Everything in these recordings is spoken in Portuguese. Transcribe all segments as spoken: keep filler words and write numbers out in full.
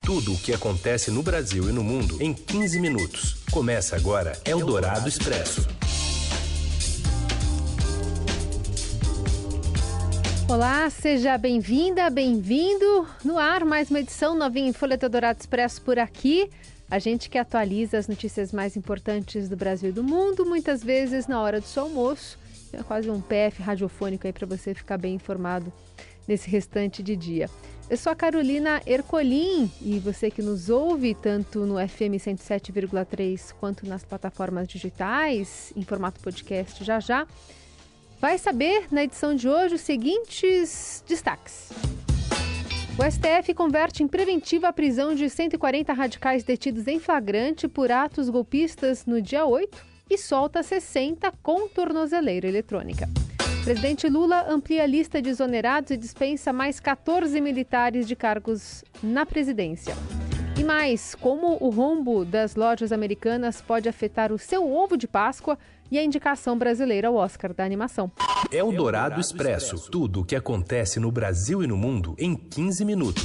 Tudo o que acontece no Brasil e no mundo em quinze minutos. Começa agora Eldorado Expresso. Olá, seja bem-vinda, bem-vindo. No ar, mais uma edição novinha em Folha do Eldorado Expresso por aqui. A gente que atualiza as notícias mais importantes do Brasil e do mundo, muitas vezes na hora do seu almoço. É quase um P F radiofônico aí para você ficar bem informado nesse restante de dia. Eu sou a Carolina Ercolim e você que nos ouve tanto no F M cento e sete vírgula três quanto nas plataformas digitais, em formato podcast já já, vai saber na edição de hoje os seguintes destaques. O S T F converte em preventiva a prisão de cento e quarenta radicais detidos em flagrante por atos golpistas no dia oito e solta sessenta com tornozeleira eletrônica. Presidente Lula amplia a lista de exonerados e dispensa mais quatorze militares de cargos na presidência. E mais, como o rombo das lojas americanas pode afetar o seu ovo de Páscoa e a indicação brasileira ao Oscar da animação. Eldorado Expresso. Tudo o que acontece no Brasil e no mundo em quinze minutos.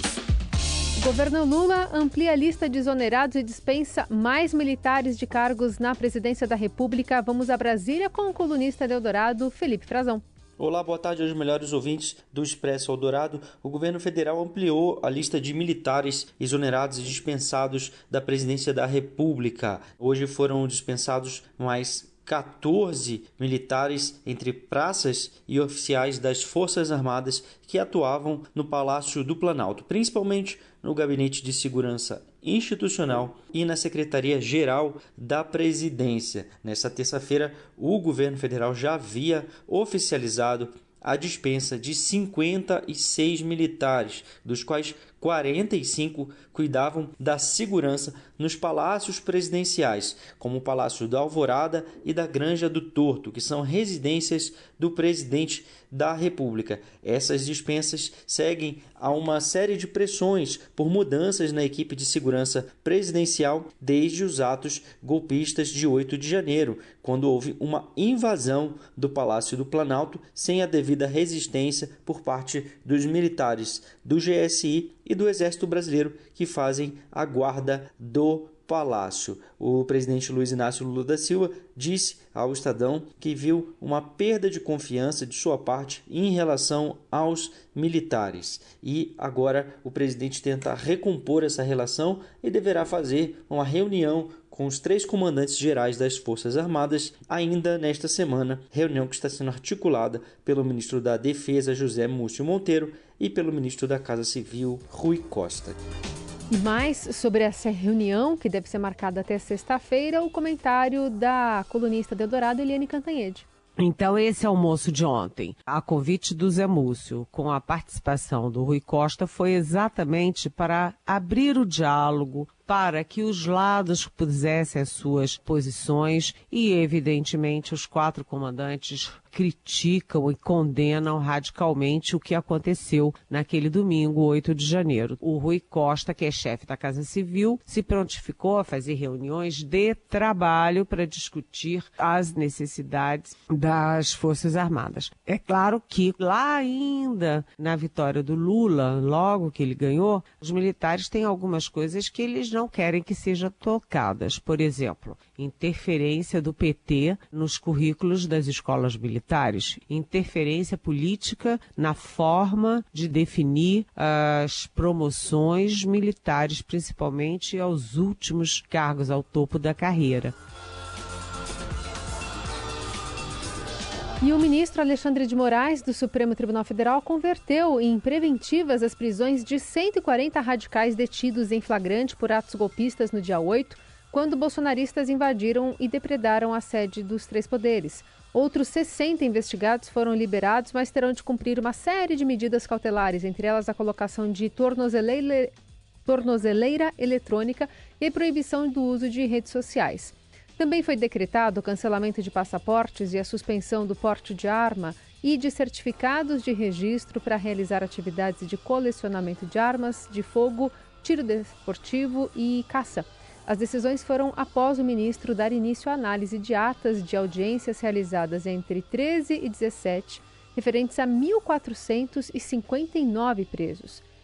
O governo Lula amplia a lista de exonerados e dispensa mais militares de cargos na presidência da República. Vamos a Brasília com o colunista de Eldorado, Felipe Frazão. Olá, boa tarde aos melhores ouvintes do Expresso Eldorado. O governo federal ampliou a lista de militares exonerados e dispensados da presidência da República. Hoje foram dispensados mais quatorze militares entre praças e oficiais das Forças Armadas que atuavam no Palácio do Planalto, principalmente no Gabinete de Segurança Institucional e na Secretaria-Geral da Presidência. Nesta terça-feira, o governo federal já havia oficializado a dispensa de cinquenta e seis militares, dos quais quarenta e cinco cuidavam da segurança nos palácios presidenciais, como o Palácio da Alvorada e da Granja do Torto, que são residências do presidente da República. Essas dispensas seguem a uma série de pressões por mudanças na equipe de segurança presidencial desde os atos golpistas de oito de janeiro, quando houve uma invasão do Palácio do Planalto sem a devida resistência por parte dos militares do G S I e do Exército Brasileiro que fazem a guarda do Palácio. O presidente Luiz Inácio Lula da Silva disse ao Estadão que viu uma perda de confiança de sua parte em relação aos militares. E agora o presidente tenta recompor essa relação e deverá fazer uma reunião com os três comandantes gerais das Forças Armadas ainda nesta semana, reunião que está sendo articulada pelo ministro da Defesa, José Múcio Monteiro, e pelo ministro da Casa Civil, Rui Costa. E mais sobre essa reunião, que deve ser marcada até sexta-feira, o comentário da colunista de Eldorado, Eliane Cantanhede. Então esse almoço de ontem, a convite do Zé Múcio, com a participação do Rui Costa, foi exatamente para abrir o diálogo, para que os lados pusessem as suas posições e, evidentemente, os quatro comandantes criticam e condenam radicalmente o que aconteceu naquele domingo, oito de janeiro. O Rui Costa, que é chefe da Casa Civil, se prontificou a fazer reuniões de trabalho para discutir as necessidades das Forças Armadas. É claro que lá ainda, na vitória do Lula, logo que ele ganhou, os militares têm algumas coisas que eles não querem que sejam tocadas. Por exemplo, interferência do P T nos currículos das escolas militares, interferência política na forma de definir as promoções militares, principalmente aos últimos cargos, ao topo da carreira. E o ministro Alexandre de Moraes, do Supremo Tribunal Federal, converteu em preventivas as prisões de cento e quarenta radicais detidos em flagrante por atos golpistas no dia oito, quando bolsonaristas invadiram e depredaram a sede dos três poderes. Outros sessenta investigados foram liberados, mas terão de cumprir uma série de medidas cautelares, entre elas a colocação de tornozeleira, tornozeleira eletrônica e proibição do uso de redes sociais. Também foi decretado o cancelamento de passaportes e a suspensão do porte de arma e de certificados de registro para realizar atividades de colecionamento de armas de fogo, tiro desportivo e caça. As decisões foram após o ministro dar início à análise de atas de audiências realizadas entre treze e dezessete, referentes a mil quatrocentos e cinquenta e nove presos.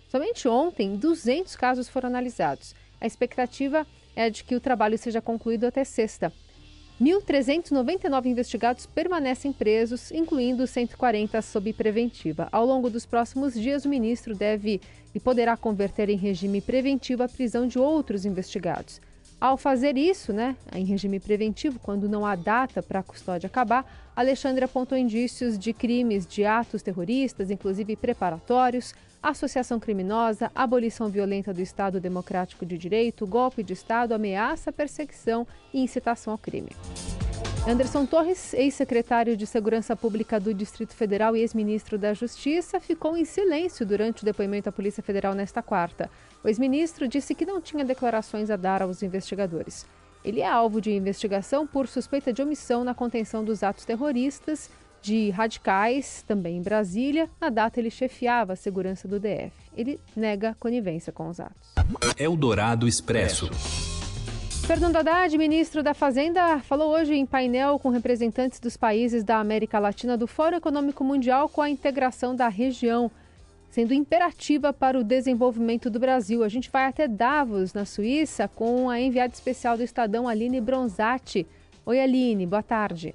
Somente ontem, duzentos casos foram analisados. A expectativa é de que o trabalho seja concluído até sexta. mil trezentos e noventa e nove investigados permanecem presos, incluindo cento e quarenta sob preventiva. Ao longo dos próximos dias, o ministro deve e poderá converter em regime preventivo a prisão de outros investigados. Ao fazer isso, né, em regime preventivo, quando não há data para a custódia acabar, Alexandre apontou indícios de crimes de atos terroristas, inclusive preparatórios, associação criminosa, abolição violenta do Estado Democrático de Direito, golpe de Estado, ameaça, perseguição e incitação ao crime. Anderson Torres, ex-secretário de Segurança Pública do Distrito Federal e ex-ministro da Justiça, ficou em silêncio durante o depoimento à Polícia Federal nesta quarta. O ex-ministro disse que não tinha declarações a dar aos investigadores. Ele é alvo de investigação por suspeita de omissão na contenção dos atos terroristas de radicais, também em Brasília. Na data, ele chefiava a segurança do D F. Ele nega conivência com os atos. Eldorado Expresso. Fernando Haddad, ministro da Fazenda, falou hoje em painel com representantes dos países da América Latina do Fórum Econômico Mundial com a integração da região, sendo imperativa para o desenvolvimento do Brasil. A gente vai até Davos, na Suíça, com a enviada especial do Estadão, Aline Bronzatti. Oi, Aline, boa tarde.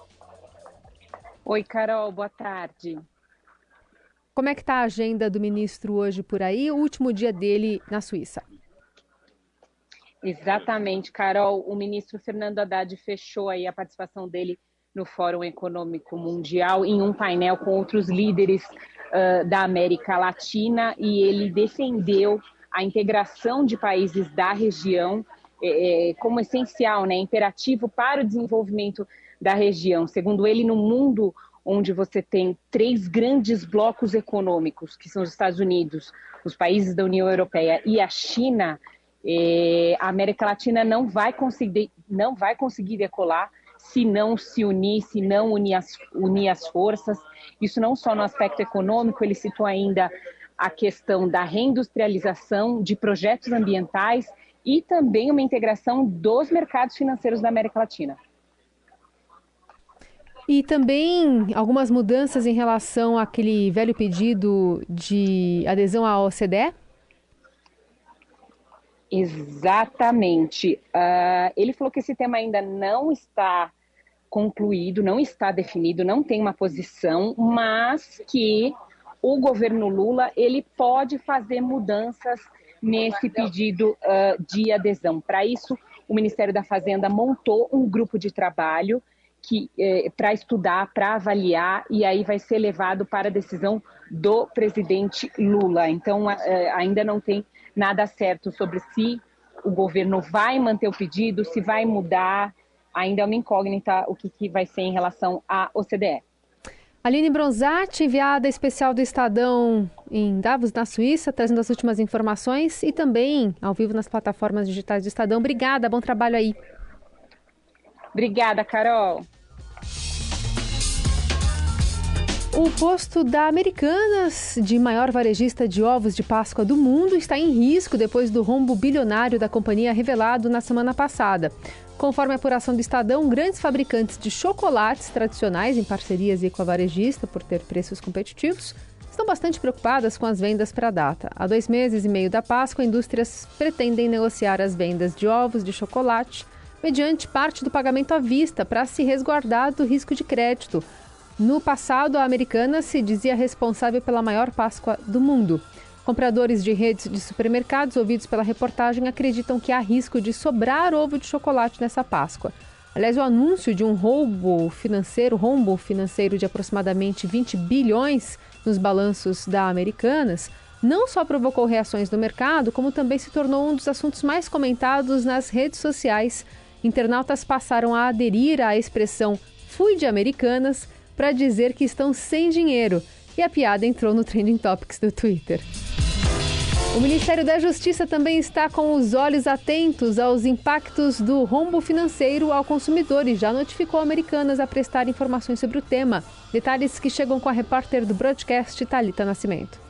Oi, Carol, boa tarde. Como é que está a agenda do ministro hoje por aí, o último dia dele na Suíça? Exatamente, Carol. O ministro Fernando Haddad fechou aí a participação dele no Fórum Econômico Mundial em um painel com outros líderes uh, da América Latina, e ele defendeu a integração de países da região eh, como essencial, né, imperativo para o desenvolvimento da região. Segundo ele, no mundo onde você tem três grandes blocos econômicos, que são os Estados Unidos, os países da União Europeia e a China, eh, a América Latina não vai conseguir, não vai conseguir decolar se não se unir, se não unir as, unir as forças. Isso não só no aspecto econômico, ele citou ainda a questão da reindustrialização, de projetos ambientais e também uma integração dos mercados financeiros da América Latina. E também algumas mudanças em relação àquele velho pedido de adesão à O C D E? Exatamente. Uh, ele falou que esse tema ainda não está concluído, não está definido, não tem uma posição, mas que o governo Lula ele pode fazer mudanças nesse pedido uh, de adesão. Para isso, o Ministério da Fazenda montou um grupo de trabalho que eh, para estudar, para avaliar, e aí vai ser levado para a decisão do presidente Lula. Então, eh, ainda não tem nada certo sobre se o governo vai manter o pedido, se vai mudar. Ainda é uma incógnita o que, que vai ser em relação à O C D E. Aline Bronzatti, enviada especial do Estadão em Davos, na Suíça, trazendo as últimas informações e também ao vivo nas plataformas digitais do Estadão. Obrigada, bom trabalho aí. Obrigada, Carol. O posto da Americanas, de maior varejista de ovos de Páscoa do mundo, está em risco depois do rombo bilionário da companhia revelado na semana passada. Conforme a apuração do Estadão, grandes fabricantes de chocolates tradicionais, em parcerias com a varejista por ter preços competitivos, estão bastante preocupadas com as vendas para a data. Há dois meses e meio da Páscoa, indústrias pretendem negociar as vendas de ovos de chocolate mediante parte do pagamento à vista para se resguardar do risco de crédito. No passado, a Americanas se dizia responsável pela maior Páscoa do mundo. Compradores de redes de supermercados ouvidos pela reportagem acreditam que há risco de sobrar ovo de chocolate nessa Páscoa. Aliás, o anúncio de um roubo financeiro, rombo financeiro de aproximadamente vinte bilhões nos balanços da Americanas, não só provocou reações no mercado, como também se tornou um dos assuntos mais comentados nas redes sociais. Internautas passaram a aderir à expressão "fui de Americanas" para dizer que estão sem dinheiro. E a piada entrou no Trending Topics do Twitter. O Ministério da Justiça também está com os olhos atentos aos impactos do rombo financeiro ao consumidor e já notificou Americanas a prestar informações sobre o tema. Detalhes que chegam com a repórter do broadcast, Thalita Nascimento.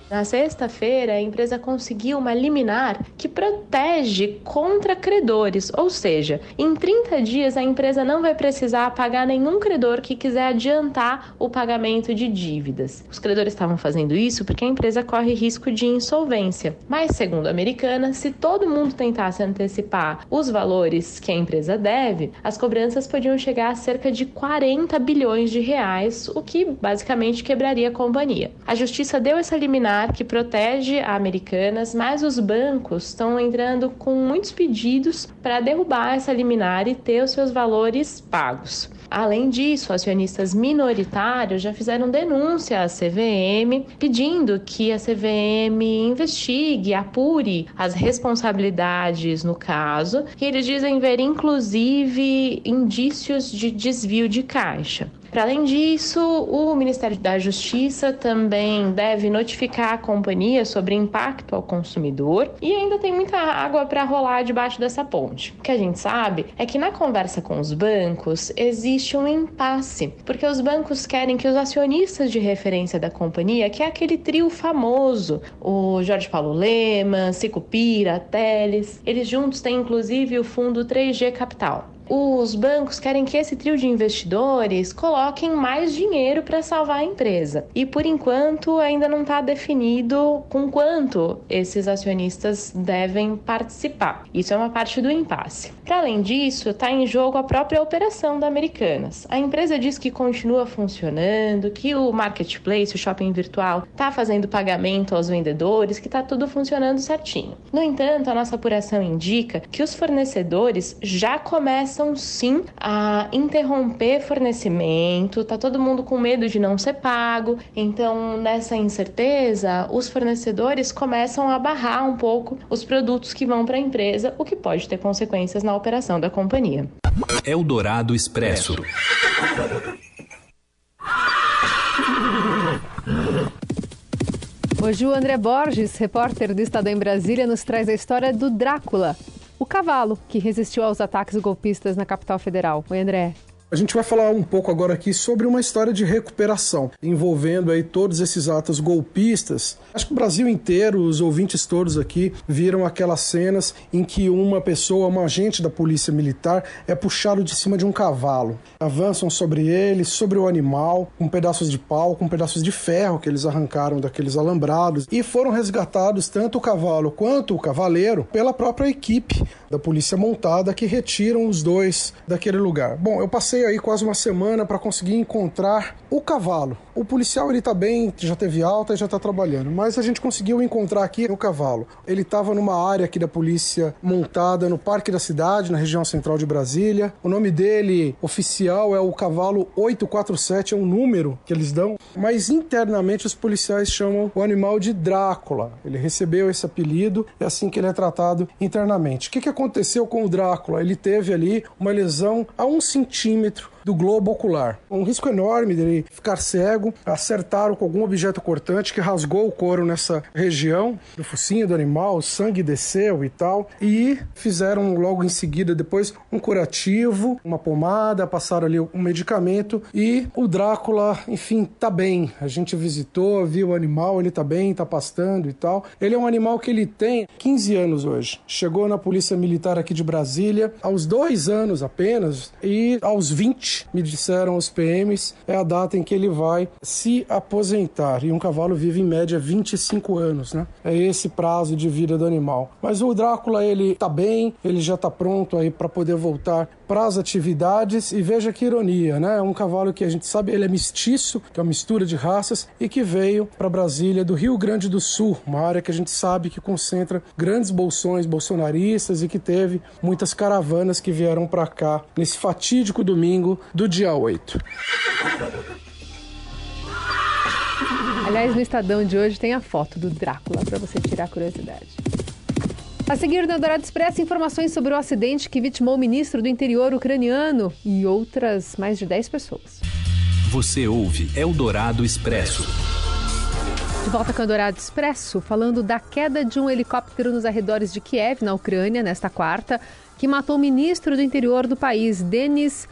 Na sexta-feira, a empresa conseguiu uma liminar que protege contra credores, ou seja, em trinta dias a empresa não vai precisar pagar nenhum credor que quiser adiantar o pagamento de dívidas. Os credores estavam fazendo isso porque a empresa corre risco de insolvência. Mas, segundo a Americanas, se todo mundo tentasse antecipar os valores que a empresa deve, as cobranças podiam chegar a cerca de quarenta bilhões de reais, o que basicamente quebraria a companhia. A justiça deu essa liminar que protege a Americanas, mas os bancos estão entrando com muitos pedidos para derrubar essa liminar e ter os seus valores pagos. Além disso, acionistas minoritários já fizeram denúncia à C V M, pedindo que a C V M investigue, apure as responsabilidades no caso, que eles dizem ver inclusive indícios de desvio de caixa. Para além disso, o Ministério da Justiça também deve notificar a companhia sobre impacto ao consumidor e ainda tem muita água para rolar debaixo dessa ponte. O que a gente sabe é que na conversa com os bancos existe um impasse, porque os bancos querem que os acionistas de referência da companhia, que é aquele trio famoso, o Jorge Paulo Lemann, Sicupira, Teles, eles juntos têm inclusive o fundo três G Capital. Os bancos querem que esse trio de investidores coloquem mais dinheiro para salvar a empresa. E, por enquanto, ainda não está definido com quanto esses acionistas devem participar. Isso é uma parte do impasse. Para além disso, está em jogo a própria operação da Americanas. A empresa diz que continua funcionando, que o marketplace, o shopping virtual, está fazendo pagamento aos vendedores, que está tudo funcionando certinho. No entanto, a nossa apuração indica que os fornecedores já começam sim a interromper fornecimento, tá todo mundo com medo de não ser pago, então nessa incerteza os fornecedores começam a barrar um pouco os produtos que vão para a empresa, o que pode ter consequências na operação da companhia. Eldorado Expresso. Hoje o André Borges, repórter do Estadão em Brasília, nos traz a história do Drácula, o cavalo que resistiu aos ataques golpistas na capital federal. Oi, André. A gente vai falar um pouco agora aqui sobre uma história de recuperação, envolvendo aí todos esses atos golpistas. Acho que o Brasil inteiro, os ouvintes todos aqui, viram aquelas cenas em que uma pessoa, um agente da polícia militar, é puxado de cima de um cavalo. Avançam sobre ele, sobre o animal, com pedaços de pau, com pedaços de ferro que eles arrancaram daqueles alambrados, e foram resgatados tanto o cavalo quanto o cavaleiro pela própria equipe da polícia montada que retiram os dois daquele lugar. Bom, eu passei aí quase uma semana para conseguir encontrar o cavalo. O policial, ele tá bem, já teve alta e já tá trabalhando, mas a gente conseguiu encontrar aqui o cavalo. Ele estava numa área aqui da polícia montada no Parque da Cidade, na região central de Brasília. O nome dele oficial é o cavalo oito quatro sete, é um número que eles dão, mas internamente os policiais chamam o animal de Drácula. Ele recebeu esse apelido, é assim que ele é tratado internamente. O que, que aconteceu com o Drácula? Ele teve ali uma lesão a um centímetro do globo ocular. Um risco enorme dele ficar cego. Acertaram com algum objeto cortante que rasgou o couro nessa região do focinho do animal, o sangue desceu e tal, e fizeram logo em seguida depois um curativo, uma pomada, passaram ali um medicamento e o Drácula, enfim, tá bem. A gente visitou, viu o animal, ele tá bem, tá pastando e tal. Ele é um animal que ele tem quinze anos hoje. Chegou na Polícia Militar aqui de Brasília aos dois anos apenas e aos vinte me disseram os P Ms, é a data em que ele vai se aposentar. E um cavalo vive em média vinte e cinco anos, né? É esse prazo de vida do animal. Mas o Drácula, ele tá bem, ele já tá pronto aí para poder voltar para as atividades. E veja que ironia, né? É um cavalo que a gente sabe, ele é mestiço, que é uma mistura de raças, e que veio para Brasília do Rio Grande do Sul, uma área que a gente sabe que concentra grandes bolsões bolsonaristas e que teve muitas caravanas que vieram para cá nesse fatídico domingo do dia oito. Aliás, no Estadão de hoje tem a foto do Drácula para você tirar a curiosidade. A seguir no Eldorado Expresso, informações sobre o acidente que vitimou o ministro do interior ucraniano e outras mais de dez pessoas. Você ouve Eldorado Expresso. De volta com o Eldorado Expresso, falando da queda de um helicóptero nos arredores de Kiev, na Ucrânia, nesta quarta, que matou o ministro do interior do país, Denis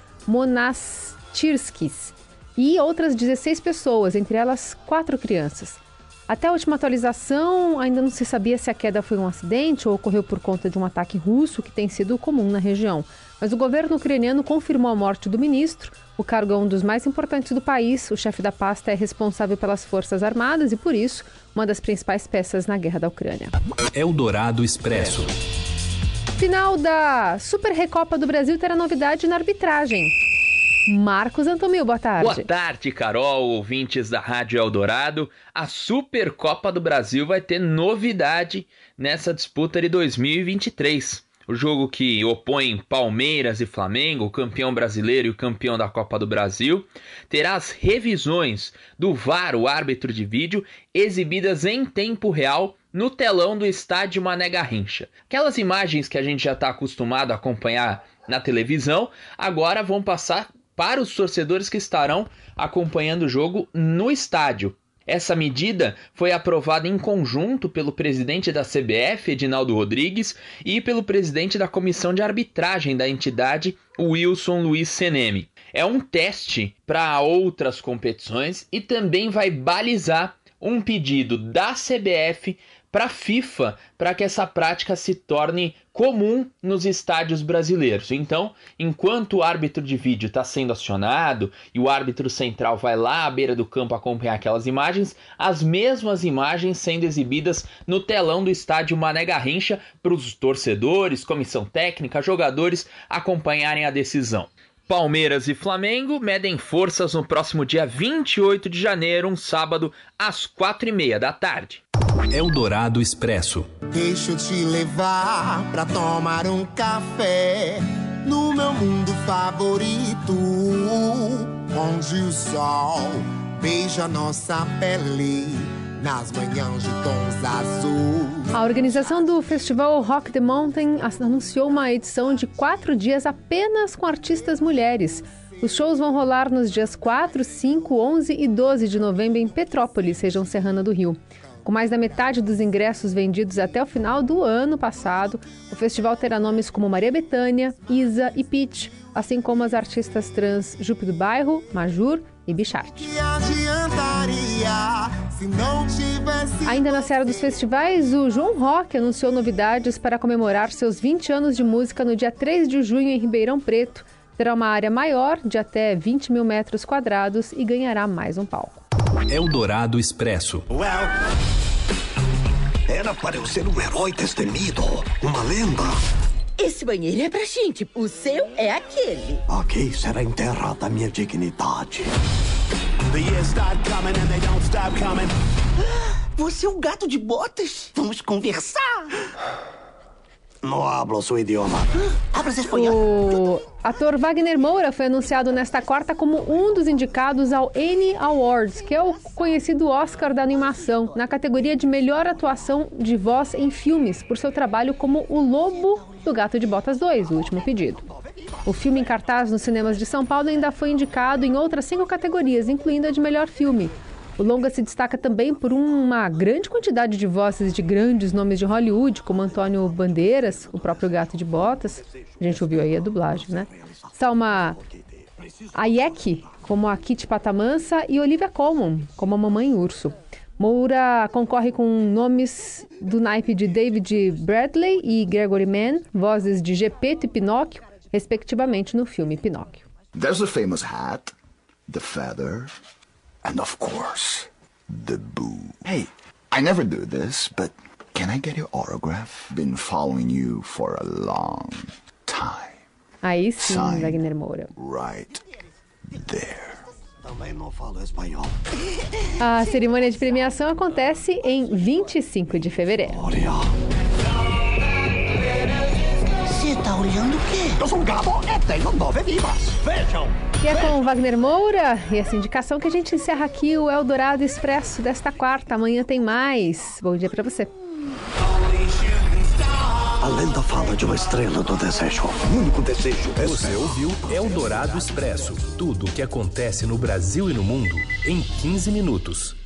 Monastyrskis, e outras dezesseis pessoas, entre elas quatro crianças. Até a última atualização, ainda não se sabia se a queda foi um acidente ou ocorreu por conta de um ataque russo, que tem sido comum na região. Mas o governo ucraniano confirmou a morte do ministro. O cargo é um dos mais importantes do país. O chefe da pasta é responsável pelas Forças Armadas e, por isso, uma das principais peças na guerra da Ucrânia. Eldorado Expresso. Final da Super Recopa do Brasil terá novidade na arbitragem. Marcos Antomil, boa tarde. Boa tarde, Carol, ouvintes da Rádio Eldorado. A Supercopa do Brasil vai ter novidade nessa disputa de dois mil e vinte e três. O jogo que opõe Palmeiras e Flamengo, o campeão brasileiro e o campeão da Copa do Brasil, terá as revisões do V A R, o árbitro de vídeo, exibidas em tempo real no telão do estádio Mané Garrincha. Aquelas imagens que a gente já está acostumado a acompanhar na televisão, agora vão passar para os torcedores que estarão acompanhando o jogo no estádio. Essa medida foi aprovada em conjunto pelo presidente da C B F, Edinaldo Rodrigues, e pelo presidente da comissão de arbitragem da entidade, Wilson Luiz Seneme. É um teste para outras competições e também vai balizar um pedido da C B F para a FIFA, para que essa prática se torne comum nos estádios brasileiros. Então, enquanto o árbitro de vídeo está sendo acionado e o árbitro central vai lá à beira do campo acompanhar aquelas imagens, as mesmas imagens sendo exibidas no telão do estádio Mané Garrincha para os torcedores, comissão técnica, jogadores acompanharem a decisão. Palmeiras e Flamengo medem forças no próximo dia vinte e oito de janeiro, um sábado, às quatro e meia da tarde. Eldorado Expresso. Deixa eu te levar pra tomar um café no meu mundo favorito, onde o sol beija nossa pele nas manhãs de tons azul. A organização do festival Rock the Mountain anunciou uma edição de quatro dias apenas com artistas mulheres. Os shows vão rolar nos dias quatro, cinco, onze e doze de novembro em Petrópolis, região serrana do Rio. Com mais da metade dos ingressos vendidos até o final do ano passado, o festival terá nomes como Maria Bethânia, Isa e Pitty, assim como as artistas trans Jupe do Bairro, Majur e Bichart. Ainda na seara dos festivais, o João Rock anunciou novidades para comemorar seus vinte anos de música no dia três de junho em Ribeirão Preto. Terá uma área maior, de até vinte mil metros quadrados, e ganhará mais um palco. Eldorado Expresso. Well, era para eu ser um herói destemido, uma lenda. Esse banheiro é pra gente, o seu é aquele. Aqui será enterrada a minha dignidade. Você é um gato de botas? Vamos conversar. Não hablo seu idioma. O ator Wagner Moura foi anunciado nesta quarta como um dos indicados ao Annie Awards, que é o conhecido Oscar da animação, na categoria de melhor atuação de voz em filmes, por seu trabalho como o Lobo do Gato de Botas dois, O Último Pedido. O filme em cartaz nos cinemas de São Paulo ainda foi indicado em outras cinco categorias, incluindo a de melhor filme. O longa se destaca também por uma grande quantidade de vozes de grandes nomes de Hollywood, como Antônio Bandeiras, o próprio Gato de Botas. A gente ouviu aí a dublagem, né? Salma Hayek, como a Kitty Patamansa, e Olivia Colman, como a Mamãe Urso. Moura concorre com nomes do naipe de David Bradley e Gregory Mann, vozes de Gepeto e Pinóquio, respectivamente no filme Pinóquio. There's the famous hat, the feather, and of course, the boo. Hey, I never do this, but can I get your autograph? Been following you for a long time. Aí sim, Sign Wagner Moura. Right there. Também não falo espanhol. A cerimônia de premiação acontece em vinte e cinco de fevereiro. Você tá olhando o quê? Eu sou um gato e tenho nove vidas. Vejam! E é com Wagner Moura e essa indicação que a gente encerra aqui o Eldorado Expresso desta quarta. Amanhã tem mais. Bom dia pra você. A lenda fala de uma estrela do desejo. O único desejo é... Você ouviu Eldorado Expresso. Tudo o que acontece no Brasil e no mundo em quinze minutos.